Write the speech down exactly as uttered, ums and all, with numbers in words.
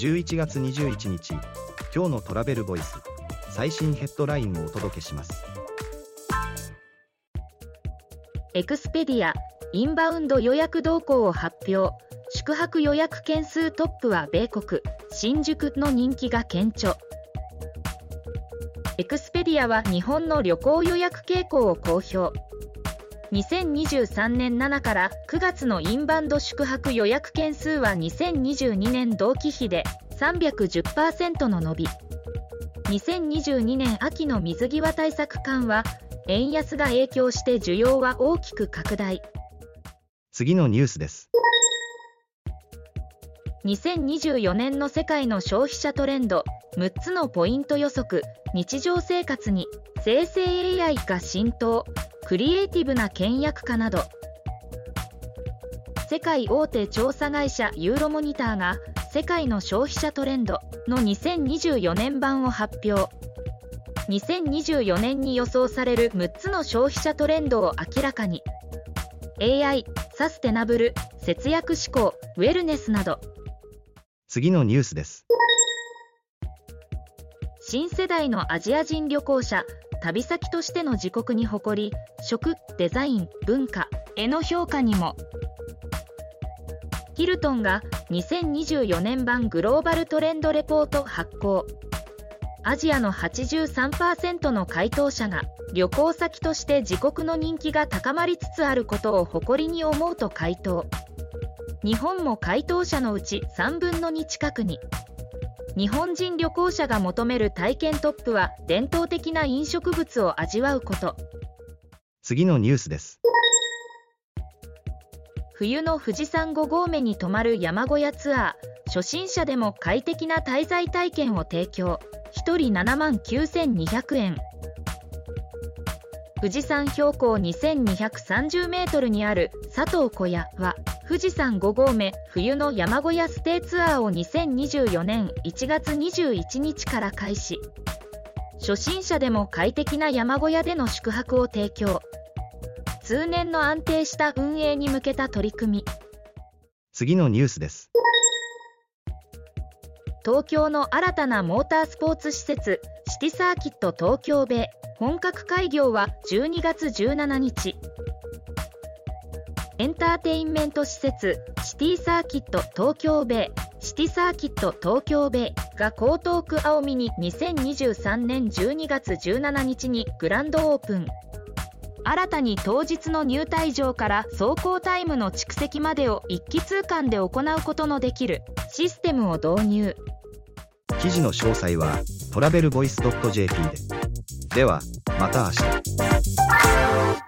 じゅういちがつにじゅういちにち、今日のトラベルボイス、最新ヘッドラインをお届けします。 エクスペディア、インバウンド予約動向を発表。宿泊予約件数トップは米国、新宿の人気が顕著。エクスペディアは日本の旅行予約傾向を公表。にせんにじゅうさんねんしちからくがつのインバウンド宿泊予約件数はにせんにじゅうにねん同期比で さんびゃくじゅっパーセント の伸び。にせんにじゅうにねん秋の水際対策緩和、円安が影響して需要は大きく拡大。 次のニュースです。 にせんにじゅうよねんの世界の消費者トレンドむっつのポイント予測。日常生活に生成 エーアイ が浸透、クリエイティブな倹約家など。世界大手調査会社ユーロモニターが世界の消費者トレンドのにせんにじゅうよねん版を発表。にせんにじゅうよねんに予想されるむっつの消費者トレンドを明らかに。 エーアイ、サステナブル、節約志向、ウェルネスなど。 次のニュースです。 新世代のアジア人旅行者、旅先としての自国に誇り、食、デザイン、文化への評価にも。ヒルトンがにせんにじゅうよねん版グローバルトレンドレポート発行。アジアの はちじゅうさんパーセント の回答者が旅行先として自国の人気が高まりつつあることを誇りに思うと回答。日本も回答者のうちさんぶんのに近くに。日本人旅行者が求める体験トップは伝統的な飲食物を味わうこと。 次のニュースです。 冬の富士山ご合目に泊まる山小屋ツアー。初心者でも快適な滞在体験を提供。ひとりななまんきゅうせんにひゃくえん。富士山標高にせんにひゃくさんじゅうメートルにある佐藤小屋は、富士山ご合目冬の山小屋ステイツアーをにせんにじゅうよねんいちがつにじゅういちにちから開始。初心者でも快適な山小屋での宿泊を提供。通年の安定した運営に向けた取り組み。 次のニュースです。 東京の新たなモータースポーツ施設、シティサーキット東京ベイ、本格開業はじゅうにがつじゅうしちにち。エンターテインメント施設、シティサーキット東京ベイ、シティサーキット東京ベイが江東区青海ににせんにじゅうさんねんじゅうにがつじゅうしちにちにグランドオープン。新たに当日の入退場から走行タイムの蓄積までを一気通貫で行うことのできるシステムを導入。 記事の詳細はトラベルボイス .jp で。ではまた明日。